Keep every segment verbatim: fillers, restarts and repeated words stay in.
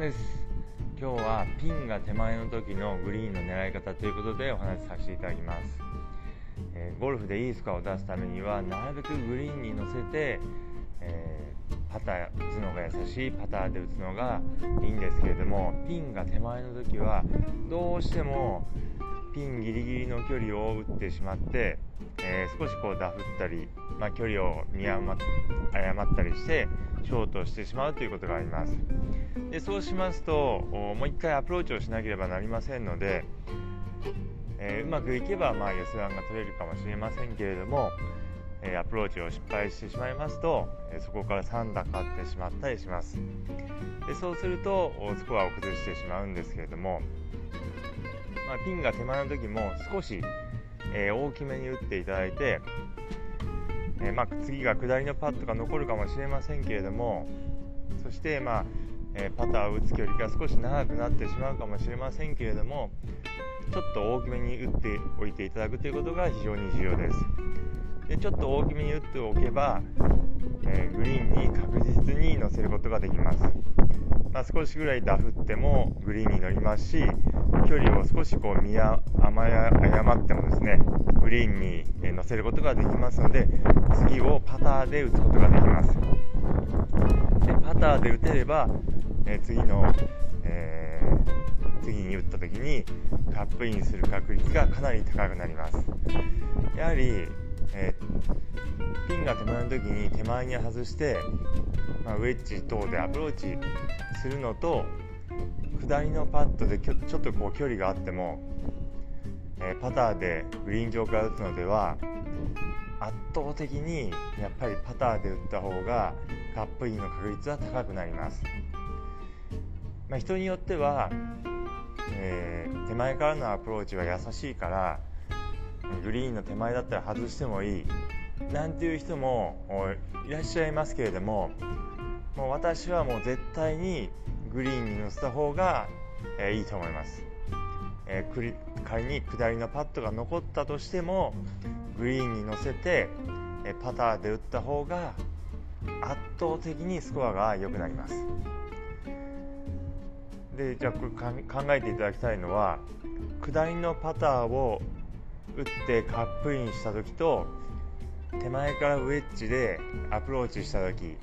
です。今日はピンが手前の時のグリーンの狙い方ということでお話しさせていただきます。えー、ゴルフでいいスコアを出すためにはなるべくグリーンに乗せて、えー、パター打つのが優しいパターで打つのがいいんですけれども、ピンが手前の時はどうしてもピンギリギリの距離を打ってしまって、えー、少しこうダフったり、まあ、距離を見誤ったりしてショートしてしまうということがあります。でそうしますともう一回アプローチをしなければなりませんので、えー、うまくいけばまあ寄せワンが取れるかもしれませんけれども、えー、アプローチを失敗してしまいますと、えー、そこからさん打勝ってしまったりします。でそうするとスコアを崩してしまうんですけれども、まあ、ピンが手前の時も少し、えー、大きめに打っていただいて、えーまあ、次が下りのパットが残るかもしれませんけれども、そして、まあえー、パターを打つ距離が少し長くなってしまうかもしれませんけれども、ちょっと大きめに打っておいていただくということが非常に重要です。でちょっと大きめに打っておけば、えー、グリーンに確実に乗せることができます。まあ、少しぐらいダフってもグリーンに乗りますし、距離を少しこう見誤ってもですねグリーンに乗せることができますので、次をパターで打つことができます。でパターで打てれば、えー、次の、えー、次に打った時にカップインする確率がかなり高くなります。やはり、えー、ピンが手前の時に手前に外して、まあ、ウェッジ等でアプローチするのと、下りのパットでちょっとこう距離があっても、えー、パターでグリーン上から打つのでは圧倒的にやっぱりパターで打った方がカップインの確率は高くなります。まあ、人によっては、えー、手前からのアプローチは優しいからグリーンの手前だったら外してもいいなんていう人もいらっしゃいますけれども、もう私はもう絶対にグリーンに乗せた方が、えー、いいと思います。えー、仮に下りのパットが残ったとしてもグリーンに乗せて、えー、パターで打った方が圧倒的にスコアが良くなります。でじゃあこれ考えていただきたいのは、下りのパターを打ってカップインした時と手前からウェッジでアプローチした時、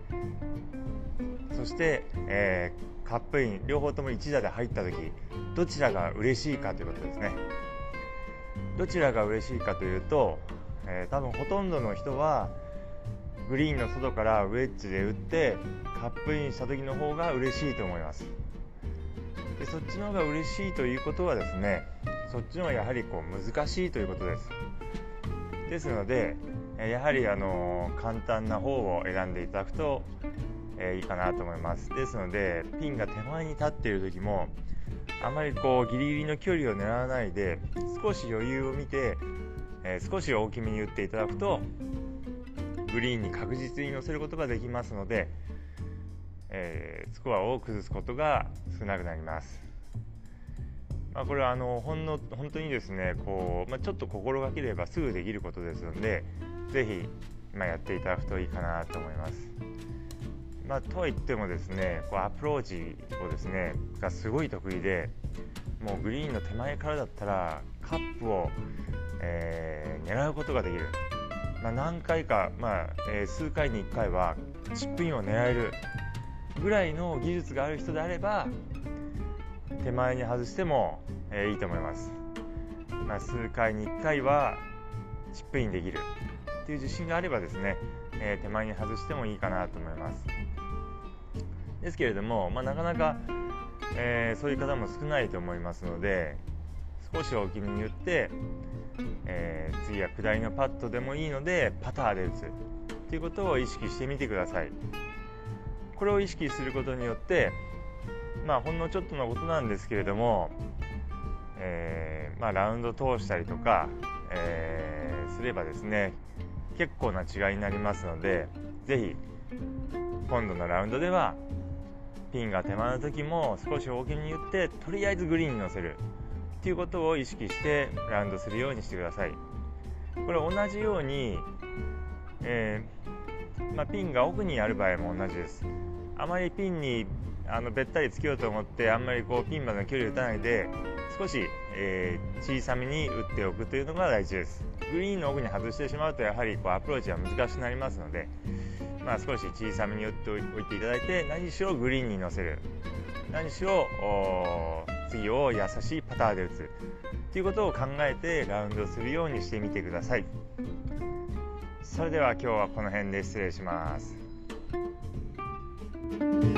そして、えー、カップイン両方ともいち打で入った時、どちらが嬉しいかということですね。どちらが嬉しいかというと、えー、多分ほとんどの人はグリーンの外からウェッジで打ってカップインした時の方が嬉しいと思います。でそっちの方が嬉しいということはですね、そっちの方がやはりこう難しいということです。ですのでやはりあの簡単な方を選んでいただくと、えー、いいかなと思います。ですのでピンが手前に立っている時もあまりこうギリギリの距離を狙わないで少し余裕を見て、えー、少し大きめに打っていただくとグリーンに確実に乗せることができますので、えー、スコアを崩すことが少なくなります。まあ、これはあのほんの本当にですねこう、まあ、ちょっと心がければすぐできることですので、ぜひ、まあ、やっていただくといいかなと思います。まあ、とはいってもですねこうアプローチをですねがすごい得意で、もうグリーンの手前からだったらカップを、えー、狙うことができる、まあ、何回か、まあえー、数回にいっかいはチップインを狙えるぐらいの技術がある人であれば手前に外しても、えー、いいと思います。まあ、数回にいっかいはチップインできるっていう自信があればですね、えー、手前に外してもいいかなと思います。ですけれども、まあ、なかなか、えー、そういう方も少ないと思いますので、少し大きめに打って、えー、次は下りのパットでもいいのでパターで打つということを意識してみてください。これを意識することによって、まあ、ほんのちょっとのことなんですけれども、えーまあ、ラウンド通したりとか、えー、すればですね結構な違いになりますので、ぜひ今度のラウンドではピンが手前の時も少し大きめに打ってとりあえずグリーンに乗せるということを意識してラウンドするようにしてください。これ同じように、えーまあ、ピンが奥にある場合も同じです。あまりピンにあのべったりつけようと思ってあんまりこうピンまでの距離を打たないで少し、えー、小さめに打っておくというのが大事です。グリーンの奥に外してしまうとやはりこうアプローチは難しくなりますので、まあ、少し小さめに打っておいていただいて、何しろグリーンに乗せる、何しろ次を優しいパターで打つということを考えてラウンドするようにしてみてください。それでは今日はこの辺で失礼します。